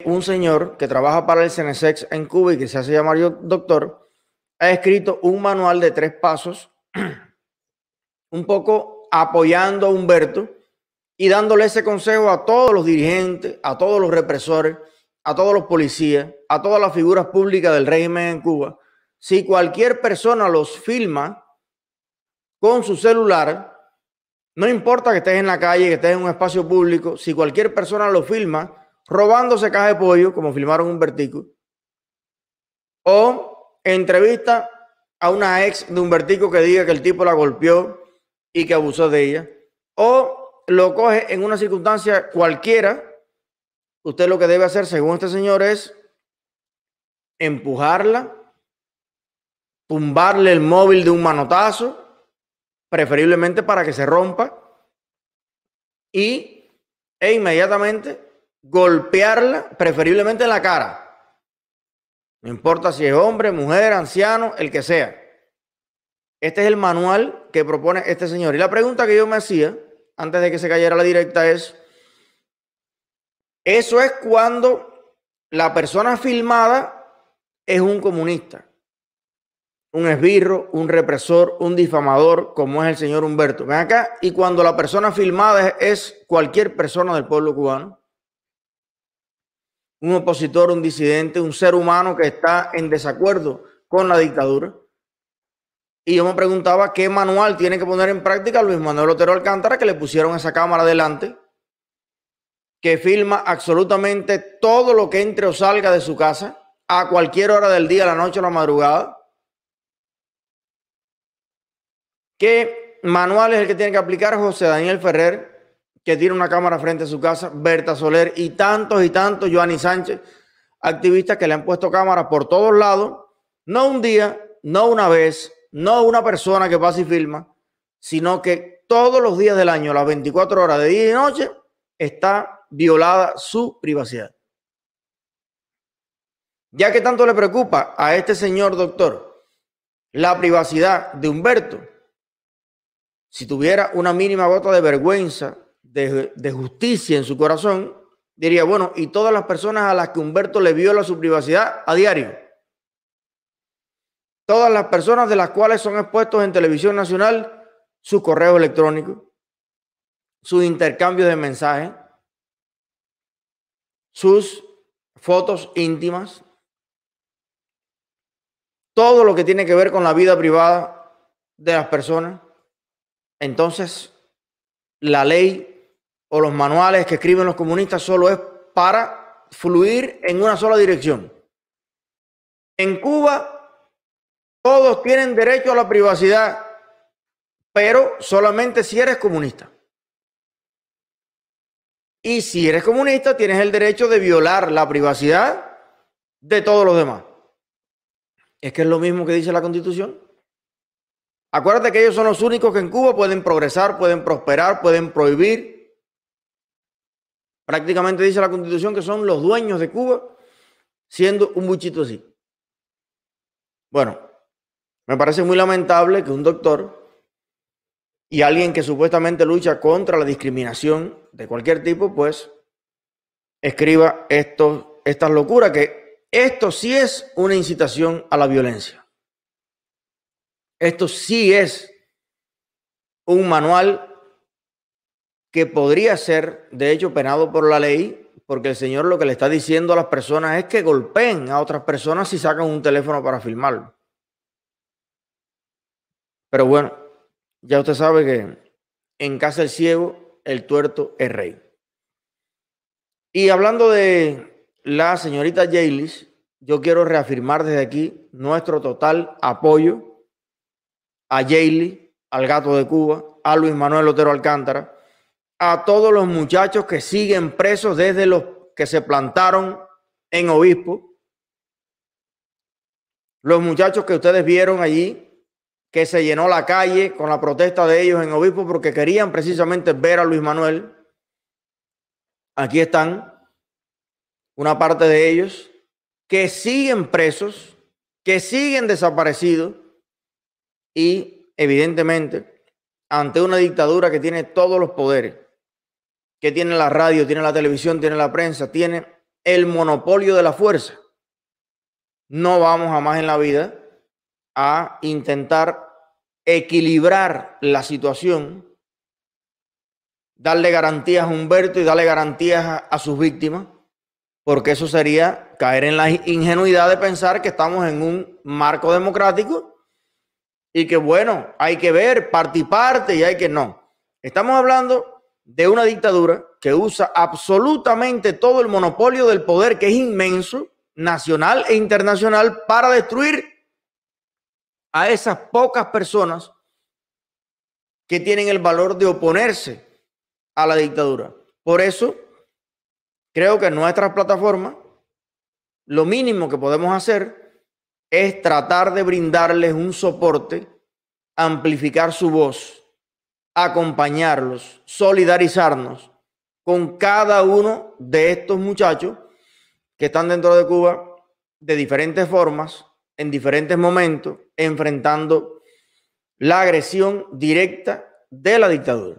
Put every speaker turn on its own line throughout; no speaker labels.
un señor que trabaja para el CNSEX en Cuba y que se hace llamar doctor, ha escrito un manual de 3 pasos, un poco apoyando a Humberto y dándole ese consejo a todos los dirigentes, a todos los represores, a todos los policías, a todas las figuras públicas del régimen en Cuba. Si cualquier persona los filma con su celular, no importa que estés en la calle, que estés en un espacio público, si cualquier persona lo filma robándose caja de pollo, como filmaron Humbertico, o entrevista a una ex de Humbertico que diga que el tipo la golpeó y que abusó de ella, o lo coge en una circunstancia cualquiera, usted lo que debe hacer, según este señor, es empujarla, tumbarle el móvil de un manotazo, preferiblemente para que se rompa, e inmediatamente golpearla, preferiblemente en la cara. No importa si es hombre, mujer, anciano, el que sea. Este es el manual que propone este señor. Y la pregunta que yo me hacía, antes de que se cayera la directa, es: eso es cuando la persona filmada es un comunista, un esbirro, un represor, un difamador, como es el señor Humberto. Ven acá, y cuando la persona filmada es cualquier persona del pueblo cubano, un opositor, un disidente, un ser humano que está en desacuerdo con la dictadura. Y yo me preguntaba qué manual tiene que poner en práctica Luis Manuel Otero Alcántara, que le pusieron esa cámara delante, que filma absolutamente todo lo que entre o salga de su casa a cualquier hora del día, la noche o la madrugada. ¿Qué manual es el que tiene que aplicar José Daniel Ferrer, que tiene una cámara frente a su casa, Berta Soler y tantos, Joanny Sánchez, activistas que le han puesto cámaras por todos lados? No un día, no una vez, no una persona que pasa y filma, sino que todos los días del año, las 24 horas de día y noche, está violada su privacidad. Ya que tanto le preocupa a este señor doctor la privacidad de Humberto, si tuviera una mínima gota de vergüenza, de justicia en su corazón, diría: bueno, y todas las personas a las que Humberto le viola su privacidad a diario, todas las personas de las cuales son expuestos en televisión nacional sus correos electrónicos, sus intercambios de mensajes, sus fotos íntimas, todo lo que tiene que ver con la vida privada de las personas. Entonces, la ley o los manuales que escriben los comunistas solo es para fluir en una sola dirección. En Cuba, todos tienen derecho a la privacidad, pero solamente si eres comunista. Y si eres comunista, tienes el derecho de violar la privacidad de todos los demás. Es que es lo mismo que dice la Constitución. Acuérdate que ellos son los únicos que en Cuba pueden progresar, pueden prosperar, pueden prohibir. Prácticamente dice la Constitución que son los dueños de Cuba, siendo un buchito así. Bueno, me parece muy lamentable que un doctor y alguien que supuestamente lucha contra la discriminación de cualquier tipo, pues escriba estas locuras, que esto sí es una incitación a la violencia. Esto sí es un manual que podría ser, de hecho, penado por la ley, porque el señor lo que le está diciendo a las personas es que golpeen a otras personas si sacan un teléfono para filmarlo. Pero bueno, ya usted sabe que en casa del ciego, el tuerto es rey. Y hablando de la señorita Yeilis, yo quiero reafirmar desde aquí nuestro total apoyo a Yeilis, al gato de Cuba, a Luis Manuel Otero Alcántara, a todos los muchachos que siguen presos desde los que se plantaron en Obispo, los muchachos que ustedes vieron allí, que se llenó la calle con la protesta de ellos en Obispo porque querían precisamente ver a Luis Manuel. Aquí están una parte de ellos que siguen presos, que siguen desaparecidos y evidentemente ante una dictadura que tiene todos los poderes, que tiene la radio, tiene la televisión, tiene la prensa, tiene el monopolio de la fuerza. No vamos jamás en la vida a intentar equilibrar la situación, darle garantías a Humberto y darle garantías a sus víctimas, porque eso sería caer en la ingenuidad de pensar que estamos en un marco democrático y que, bueno, hay que ver parte y parte y hay que no. Estamos hablando de una dictadura que usa absolutamente todo el monopolio del poder, que es inmenso, nacional e internacional, para destruir a esas pocas personas que tienen el valor de oponerse a la dictadura. Por eso, creo que en nuestras plataformas, lo mínimo que podemos hacer es tratar de brindarles un soporte, amplificar su voz, acompañarlos, solidarizarnos con cada uno de estos muchachos que están dentro de Cuba de diferentes formas, en diferentes momentos, enfrentando la agresión directa de la dictadura.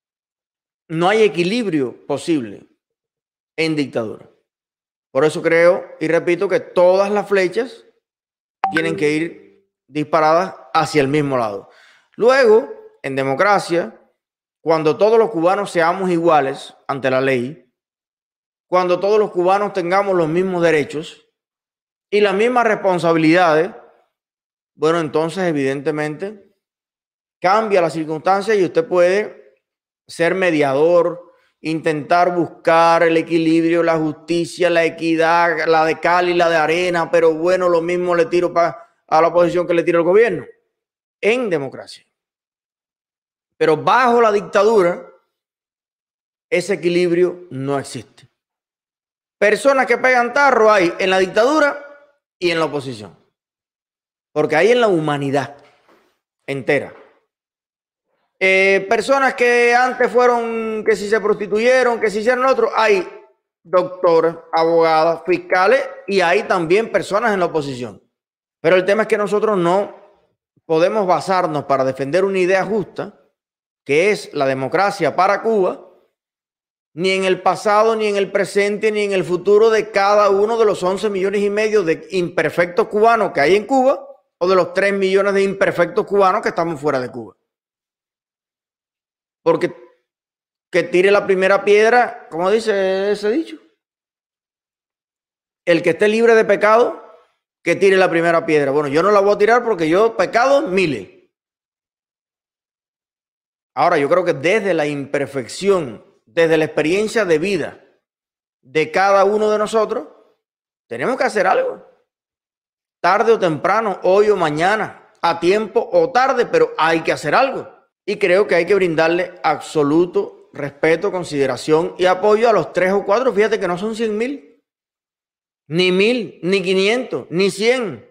No hay equilibrio posible en dictadura. Por eso creo y repito que todas las flechas tienen que ir disparadas hacia el mismo lado. Luego, en democracia, cuando todos los cubanos seamos iguales ante la ley, cuando todos los cubanos tengamos los mismos derechos y las mismas responsabilidades, bueno, entonces evidentemente cambia la circunstancia y usted puede ser mediador, intentar buscar el equilibrio, la justicia, la equidad, la de cal y la de arena, pero bueno, lo mismo le tiro a la oposición que le tiro al gobierno, en democracia. Pero bajo la dictadura, ese equilibrio no existe. Personas que pegan tarro hay en la dictadura y en la oposición. Porque hay en la humanidad entera. Personas que antes fueron, que si se prostituyeron, que si hicieron otro, hay doctores, abogadas, fiscales y hay también personas en la oposición. Pero el tema es que nosotros no podemos basarnos para defender una idea justa, que es la democracia para Cuba, ni en el pasado, ni en el presente, ni en el futuro de cada uno de los 11,5 millones de imperfectos cubanos que hay en Cuba o de los 3 millones de imperfectos cubanos que estamos fuera de Cuba. Porque que tire la primera piedra, ¿cómo dice ese dicho? El que esté libre de pecado, que tire la primera piedra. Bueno, yo no la voy a tirar porque yo pecado miles. Ahora, yo creo que desde la imperfección, desde la experiencia de vida de cada uno de nosotros, tenemos que hacer algo. Tarde o temprano, hoy o mañana, a tiempo o tarde, pero hay que hacer algo. Y creo que hay que brindarle absoluto respeto, consideración y apoyo a los 3 o 4. Fíjate que no son 100,000, ni 1,000, ni 500, ni 100.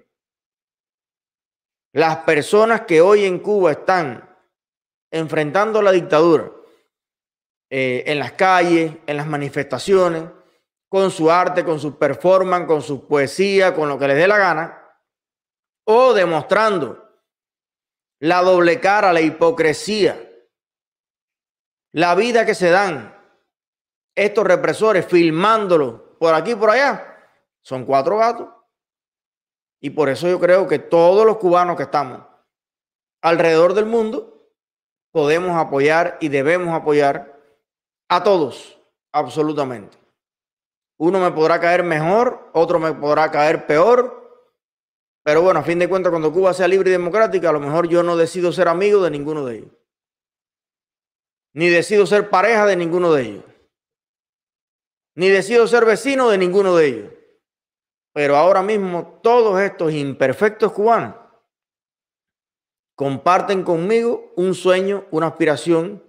Las personas que hoy en Cuba están enfrentando la dictadura en las calles, en las manifestaciones, con su arte, con su performance, con su poesía, con lo que les dé la gana, o demostrando la doble cara, la hipocresía, la vida que se dan estos represores filmándolo por aquí y por allá, son 4 gatos. Y por eso yo creo que todos los cubanos que estamos alrededor del mundo podemos apoyar y debemos apoyar a todos, absolutamente. Uno me podrá caer mejor, otro me podrá caer peor, pero bueno, a fin de cuentas, cuando Cuba sea libre y democrática, a lo mejor yo no decido ser amigo de ninguno de ellos, ni decido ser pareja de ninguno de ellos, ni decido ser vecino de ninguno de ellos. Pero ahora mismo todos estos imperfectos cubanos comparten conmigo un sueño, una aspiración,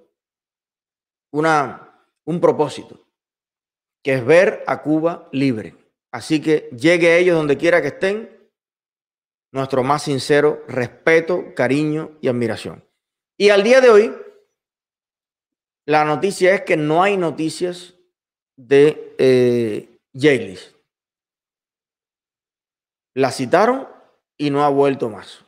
un propósito, que es ver a Cuba libre. Así que llegue a ellos donde quiera que estén, nuestro más sincero respeto, cariño y admiración. Y al día de hoy, la noticia es que no hay noticias de Yelis. La citaron y no ha vuelto más.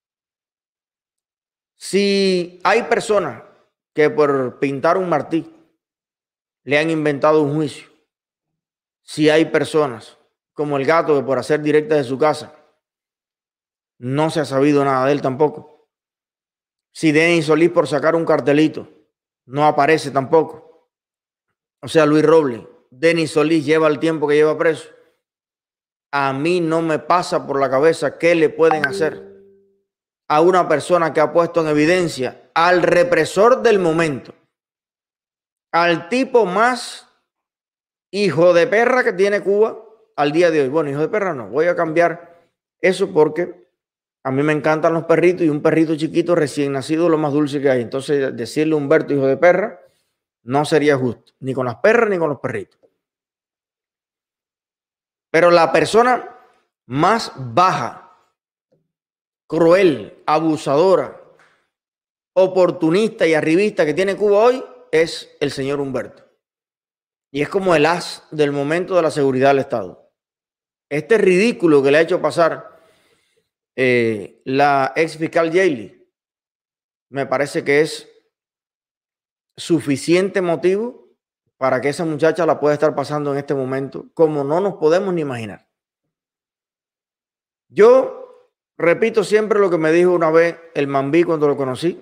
Si hay personas que por pintar un martí le han inventado un juicio, si hay personas como el gato que por hacer directas de su casa no se ha sabido nada de él tampoco. Si Denis Solís por sacar un cartelito no aparece tampoco. O sea, Luis Robles, Denis Solís lleva el tiempo que lleva preso. A mí no me pasa por la cabeza qué le pueden hacer a una persona que ha puesto en evidencia al represor del momento, al tipo más hijo de perra que tiene Cuba al día de hoy. Bueno, hijo de perra no, voy a cambiar eso porque a mí me encantan los perritos y un perrito chiquito recién nacido es lo más dulce que hay. Entonces decirle a Humberto hijo de perra no sería justo, ni con las perras ni con los perritos. Pero la persona más baja, cruel, abusadora, oportunista y arribista que tiene Cuba hoy es el señor Humberto. Y es como el as del momento de la seguridad del Estado. Este ridículo que le ha hecho pasar la ex fiscal Yeili, me parece que es suficiente motivo para que esa muchacha la pueda estar pasando en este momento como no nos podemos ni imaginar. Yo repito siempre lo que me dijo una vez el Mambí cuando lo conocí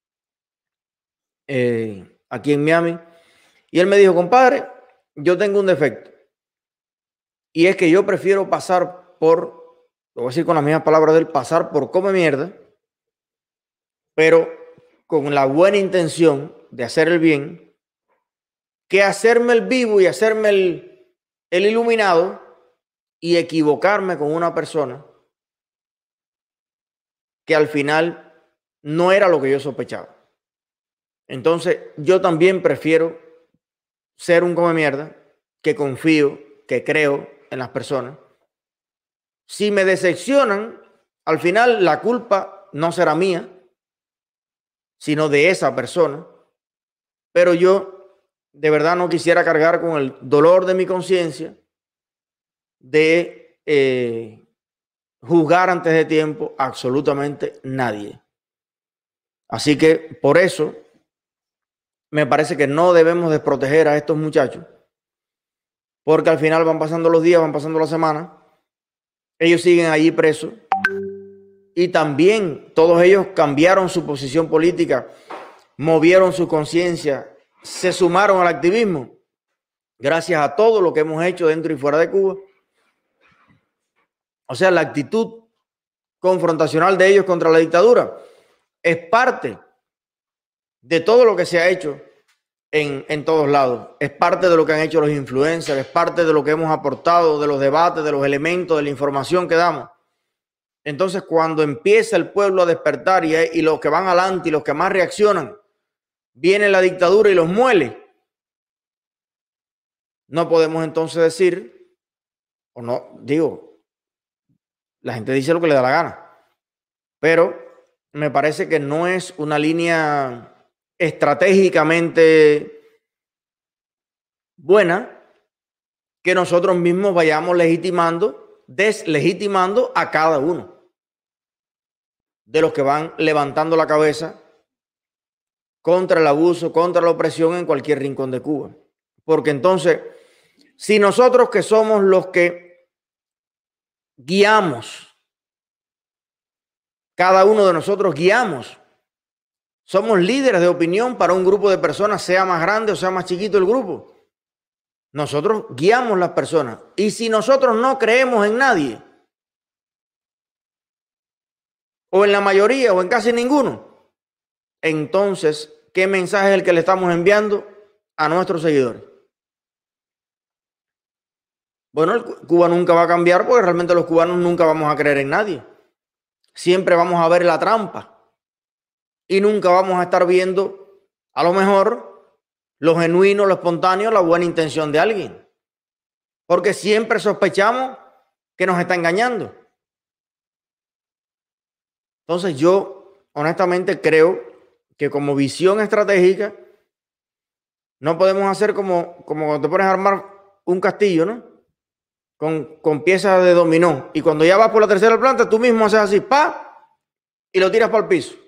aquí en Miami. Y él me dijo, compadre, yo tengo un defecto. Y es que yo prefiero pasar por, lo voy a decir con las mismas palabras de él, pasar por come mierda, pero con la buena intención de hacer el bien, que hacerme el vivo y hacerme el iluminado y equivocarme con una persona que al final no era lo que yo sospechaba. Entonces, yo también prefiero ser un come mierda, que confío, que creo en las personas. Si me decepcionan, al final la culpa no será mía, sino de esa persona. Pero yo de verdad no quisiera cargar con el dolor de mi conciencia de juzgar antes de tiempo a absolutamente nadie. Así que por eso me parece que no debemos desproteger a estos muchachos, porque al final van pasando los días, van pasando las semanas, ellos siguen allí presos y también todos ellos cambiaron su posición política, movieron su conciencia, se sumaron al activismo gracias a todo lo que hemos hecho dentro y fuera de Cuba. O sea, la actitud confrontacional de ellos contra la dictadura es parte de todo lo que se ha hecho en todos lados. Es parte de lo que han hecho los influencers, es parte de lo que hemos aportado, de los debates, de los elementos, de la información que damos. Entonces, cuando empieza el pueblo a despertar y los que van adelante y los que más reaccionan, viene la dictadura y los muele. No podemos entonces decir, o no, digo, la gente dice lo que le da la gana, pero me parece que no es una línea estratégicamente buena que nosotros mismos vayamos deslegitimando a cada uno de los que van levantando la cabeza contra el abuso, contra la opresión en cualquier rincón de Cuba. Porque entonces, si nosotros que somos los que guiamos, cada uno de nosotros guiamos, somos líderes de opinión para un grupo de personas, sea más grande o sea más chiquito el grupo. Nosotros guiamos las personas. Y si nosotros no creemos en nadie, o en la mayoría, o en casi ninguno, entonces, ¿qué mensaje es el que le estamos enviando a nuestros seguidores? Bueno, Cuba nunca va a cambiar porque realmente los cubanos nunca vamos a creer en nadie. Siempre vamos a ver la trampa y nunca vamos a estar viendo, a lo mejor, lo genuino, lo espontáneo, la buena intención de alguien. Porque siempre sospechamos que nos está engañando. Entonces yo honestamente creo que como visión estratégica no podemos hacer como cuando te pones a armar un castillo, ¿no? Con piezas de dominó. Y cuando ya vas por la tercera planta, tú mismo haces así, ¡pa! Y lo tiras para el piso.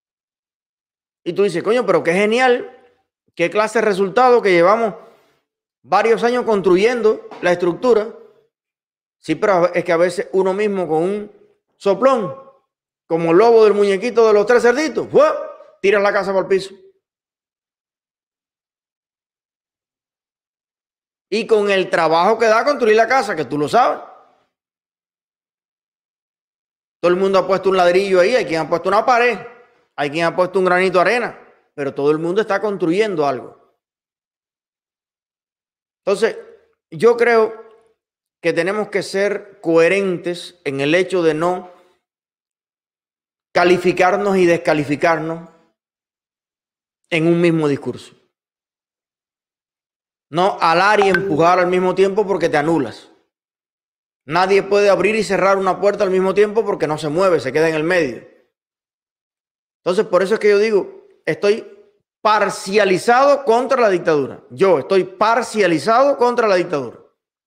Y tú dices, coño, pero qué genial, qué clase de resultado que llevamos varios años construyendo la estructura. Sí, pero es que a veces uno mismo con un soplón, como el lobo del muñequito de los 3 cerditos, ¡fue! Tira la casa por el piso. Y con el trabajo que da construir la casa, que tú lo sabes. Todo el mundo ha puesto un ladrillo ahí, hay quien ha puesto una pared, hay quien ha puesto un granito de arena, pero todo el mundo está construyendo algo. Entonces, yo creo que tenemos que ser coherentes en el hecho de no calificarnos y descalificarnos en un mismo discurso. No alar y empujar al mismo tiempo porque te anulas. Nadie puede abrir y cerrar una puerta al mismo tiempo porque no se mueve, se queda en el medio. Entonces, por eso es que yo digo, estoy parcializado contra la dictadura. Yo estoy parcializado contra la dictadura.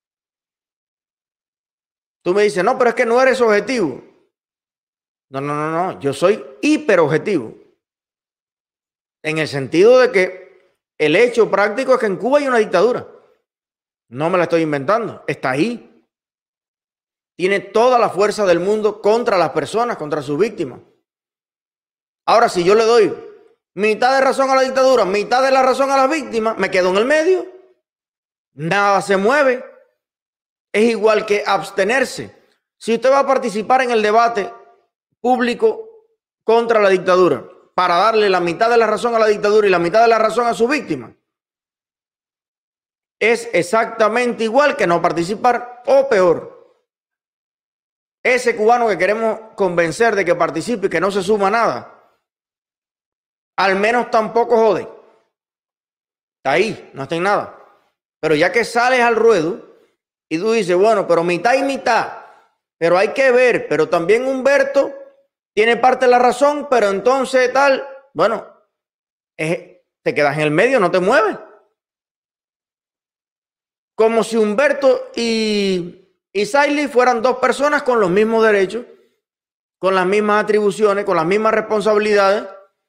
Tú me dices, no, pero es que no eres objetivo. No. Yo soy hiperobjetivo. En el sentido de que el hecho práctico es que en Cuba hay una dictadura. No me la estoy inventando. Está ahí. Tiene toda la fuerza del mundo contra las personas, contra sus víctimas. Ahora, si yo le doy mitad de razón a la dictadura, mitad de la razón a las víctimas, me quedo en el medio. Nada se mueve. Es igual que abstenerse. Si usted va a participar en el debate público contra la dictadura para darle la mitad de la razón a la dictadura y la mitad de la razón a sus víctimas, es exactamente igual que no participar o peor. Ese cubano que queremos convencer de que participe y que no se suma nada, al menos tampoco jode. Está ahí, no está en nada. Pero ya que sales al ruedo y tú dices, bueno, pero mitad y mitad, pero hay que ver, pero también Humberto tiene parte de la razón, pero entonces tal, bueno, te quedas en el medio, no te mueves. Como si Humberto y Saily fueran dos personas con los mismos derechos, con las mismas atribuciones, con las mismas responsabilidades,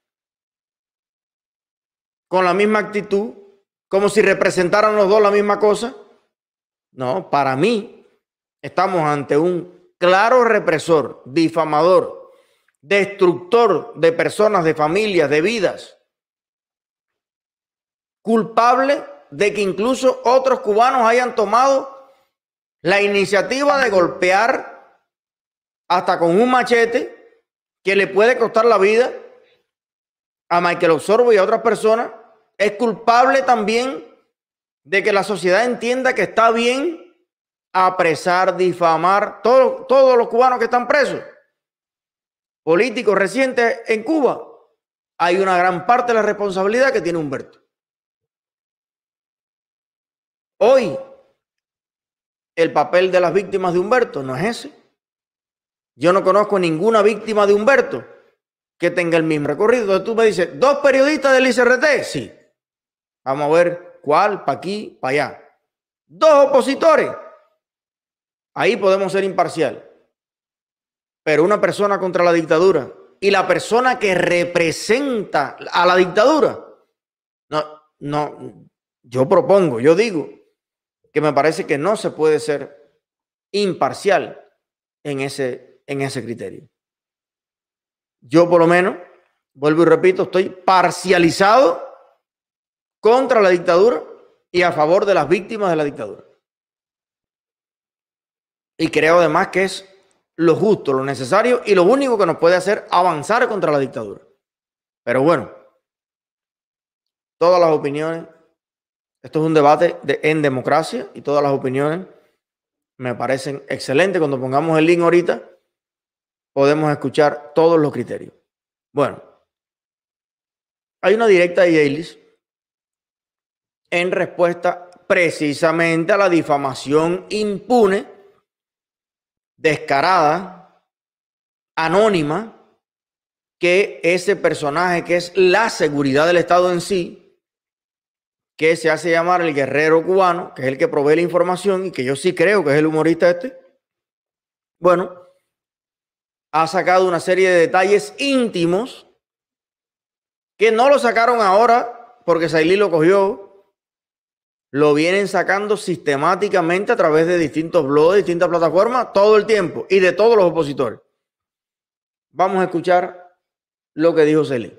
con la misma actitud, como si representaran los dos la misma cosa. No, para mí estamos ante un claro represor, difamador, destructor de personas, de familias, de vidas, culpable de que incluso otros cubanos hayan tomado la iniciativa de golpear hasta con un machete que le puede costar la vida a Michael Osorbo y a otras personas. Es culpable también de que la sociedad entienda que está bien apresar, difamar todos los cubanos que están presos, políticos recientes en Cuba. Hay una gran parte de la responsabilidad que tiene Humberto. Hoy, el papel de las víctimas de Humberto no es ese. Yo no conozco ninguna víctima de Humberto que tenga el mismo recorrido. Entonces tú me dices, ¿dos periodistas del ICRT? Sí. Vamos a ver cuál, para aquí, para allá. ¿Dos opositores? Ahí podemos ser imparcial. Pero una persona contra la dictadura y la persona que representa a la dictadura, no, yo propongo, yo digo que me parece que no se puede ser imparcial en ese criterio. Yo por lo menos, vuelvo y repito, estoy parcializado contra la dictadura y a favor de las víctimas de la dictadura. Y creo además que es lo justo, lo necesario y lo único que nos puede hacer avanzar contra la dictadura. Pero bueno, todas las opiniones, esto es un debate en democracia y todas las opiniones me parecen excelentes. Cuando pongamos el link ahorita, podemos escuchar todos los criterios. Bueno, hay una directa de Yeilis en respuesta precisamente a la difamación impune, descarada, anónima, que ese personaje que es la seguridad del Estado en sí, que se hace llamar el guerrero cubano, que es el que provee la información y que yo sí creo que es el humorista este, bueno, ha sacado una serie de detalles íntimos que no lo sacaron ahora porque Sailí lo cogió, lo vienen sacando sistemáticamente a través de distintos blogs, distintas plataformas, todo el tiempo, y de todos los opositores. Vamos a escuchar lo que dijo Celín.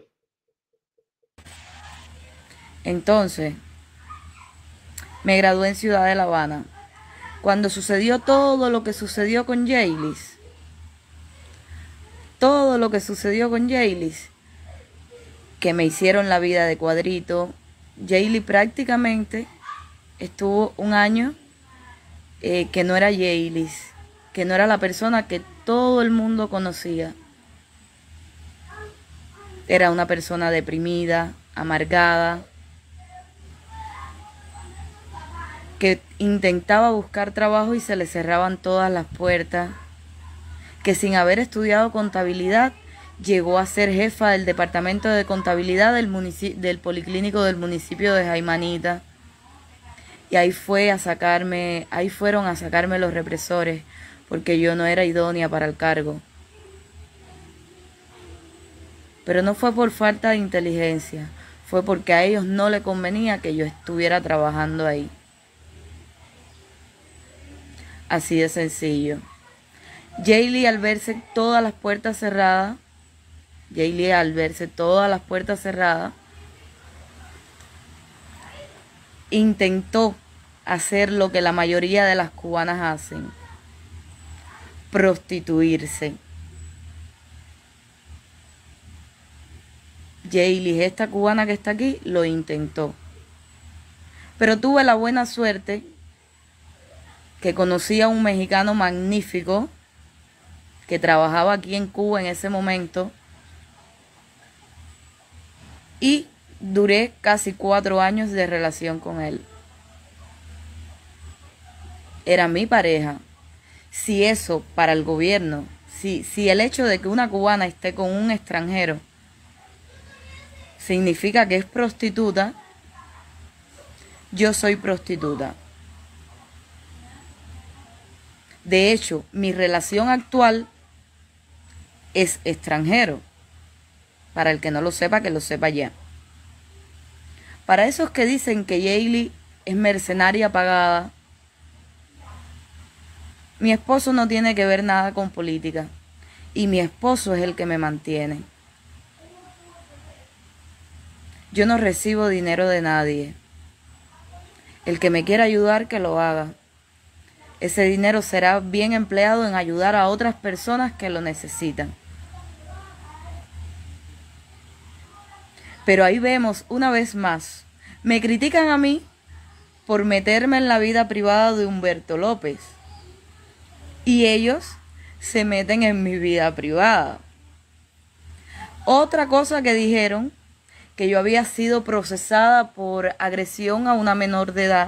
Entonces, me gradué en Ciudad de La Habana. Cuando sucedió todo lo que sucedió con Jaylis, que me hicieron la vida de cuadrito, Jaylis prácticamente estuvo un año que no era Jaylis, que no era la persona que todo el mundo conocía. Era una persona deprimida, amargada, que intentaba buscar trabajo y se le cerraban todas las puertas, que sin haber estudiado contabilidad llegó a ser jefa del departamento de contabilidad del policlínico del municipio de Jaimanita. Y ahí fueron a sacarme los represores, porque yo no era idónea para el cargo. Pero no fue por falta de inteligencia, fue porque a ellos no les convenía que yo estuviera trabajando ahí. Así de sencillo. Jaylis, al verse todas las puertas cerradas, intentó hacer lo que la mayoría de las cubanas hacen: prostituirse. Jaylis, esta cubana que está aquí, lo intentó. Pero tuve la buena suerte que conocí a un mexicano magnífico que trabajaba aquí en Cuba en ese momento, y duré casi 4 años de relación con él. Era mi pareja. Si eso para el gobierno, si el hecho de que una cubana esté con un extranjero significa que es prostituta, yo soy prostituta. De hecho, mi relación actual es extranjero. Para el que no lo sepa, que lo sepa ya. Para esos que dicen que Jaylis es mercenaria pagada, mi esposo no tiene que ver nada con política. Y mi esposo es el que me mantiene. Yo no recibo dinero de nadie. El que me quiera ayudar, que lo haga. Ese dinero será bien empleado en ayudar a otras personas que lo necesitan. Pero ahí vemos una vez más, me critican a mí por meterme en la vida privada de Humberto López. Y ellos se meten en mi vida privada. Otra cosa que dijeron, que yo había sido procesada por agresión a una menor de edad.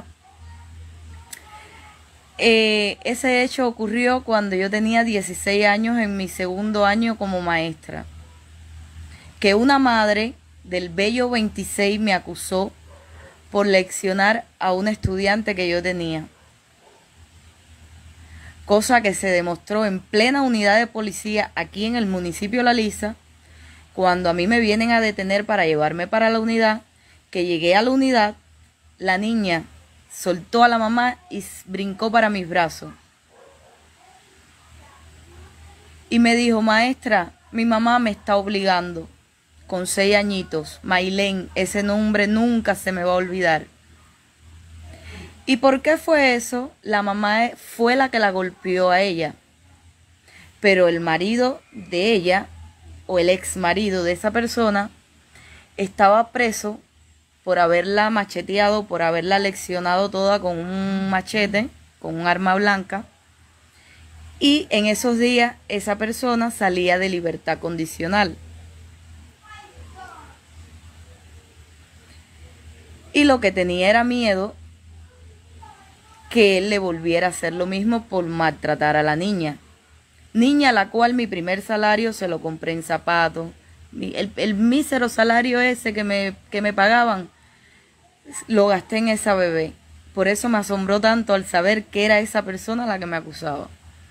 Ese hecho ocurrió cuando yo tenía 16 años, en mi segundo año como maestra. Que una madre del Bello 26 me acusó por leccionar a un estudiante que yo tenía. Cosa que se demostró en plena unidad de policía aquí en el municipio de La Lisa, cuando a mí me vienen a detener para llevarme para la unidad. Que llegué a la unidad, la niña soltó a la mamá y brincó para mis brazos. Y me dijo: maestra, mi mamá me está obligando. Con 6 añitos, Mailén, ese nombre nunca se me va a olvidar. ¿Y por qué fue eso? La mamá fue la que la golpeó a ella. Pero el marido de ella, o el ex marido de esa persona, estaba preso por haberla macheteado, por haberla leccionado toda con un machete, con un arma blanca. Y en esos días esa persona salía de libertad condicional. Y lo que tenía era miedo que él le volviera a hacer lo mismo por maltratar a la niña. Niña a la cual mi primer salario se lo compré en zapatos. El mísero salario ese que me pagaban, lo gasté en esa bebé. Por eso me asombró tanto al saber que era esa persona la que me acusaba.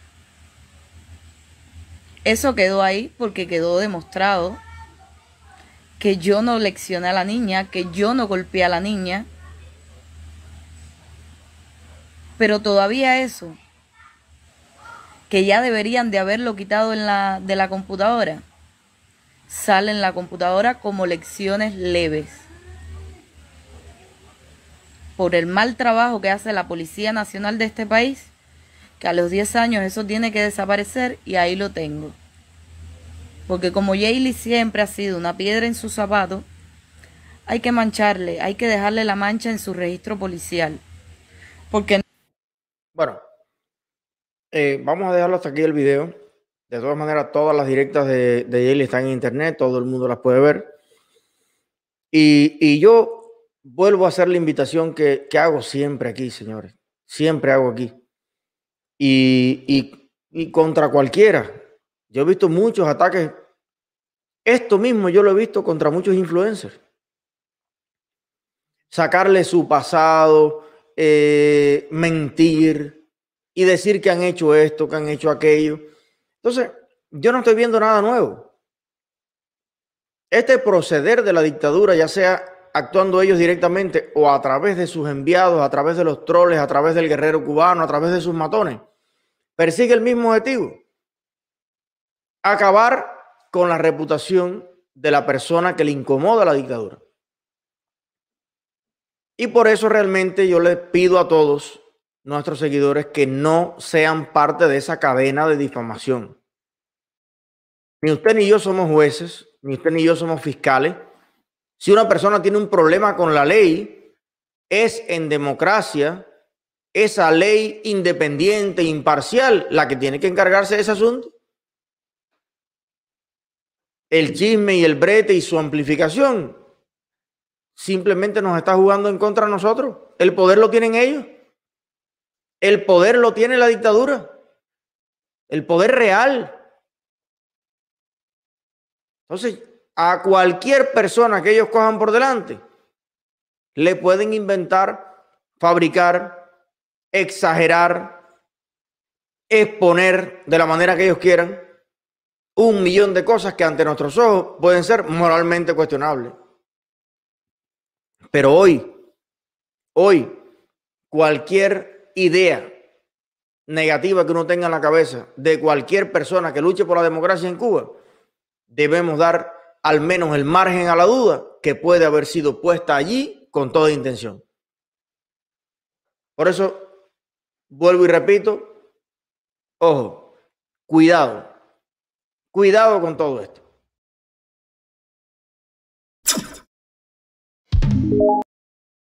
Eso quedó ahí porque quedó demostrado que yo no leccioné a la niña, que yo no golpeé a la niña. Pero todavía eso, que ya deberían de haberlo quitado de la computadora, sale en la computadora como lecciones leves. Por el mal trabajo que hace la Policía Nacional de este país, que a los 10 años eso tiene que desaparecer, y ahí lo tengo. Porque como Yeili siempre ha sido una piedra en su zapato, hay que mancharle, hay que dejarle la mancha en su registro policial. Porque
Bueno, vamos a dejarlo hasta aquí el video. De todas maneras, todas las directas de Yeili están en internet, todo el mundo las puede ver. Y yo vuelvo a hacer la invitación que hago siempre aquí, señores. Siempre hago aquí. Y contra cualquiera. Yo he visto muchos ataques. Esto mismo yo lo he visto contra muchos influencers. Sacarle su pasado, mentir y decir que han hecho esto, que han hecho aquello. Entonces, yo no estoy viendo nada nuevo. Este proceder de la dictadura, ya sea actuando ellos directamente o a través de sus enviados, a través de los troles, a través del guerrero cubano, a través de sus matones, persigue el mismo objetivo: acabar con la reputación de la persona que le incomoda la dictadura. Y por eso realmente yo les pido a todos nuestros seguidores que no sean parte de esa cadena de difamación. Ni usted ni yo somos jueces, ni usted ni yo somos fiscales. Si una persona tiene un problema con la ley, es en democracia esa ley independiente, imparcial, la que tiene que encargarse de ese asunto. El chisme y el brete y su amplificación simplemente nos está jugando en contra de nosotros. El poder lo tienen ellos. El poder lo tiene la dictadura. El poder real. Entonces, a cualquier persona que ellos cojan por delante, le pueden inventar, fabricar, exagerar, exponer de la manera que ellos quieran un millón de cosas que ante nuestros ojos pueden ser moralmente cuestionables. Pero hoy, cualquier idea negativa que uno tenga en la cabeza de cualquier persona que luche por la democracia en Cuba, debemos dar al menos el margen a la duda que puede haber sido puesta allí con toda intención. Por eso, vuelvo y repito, ojo, cuidado con todo esto.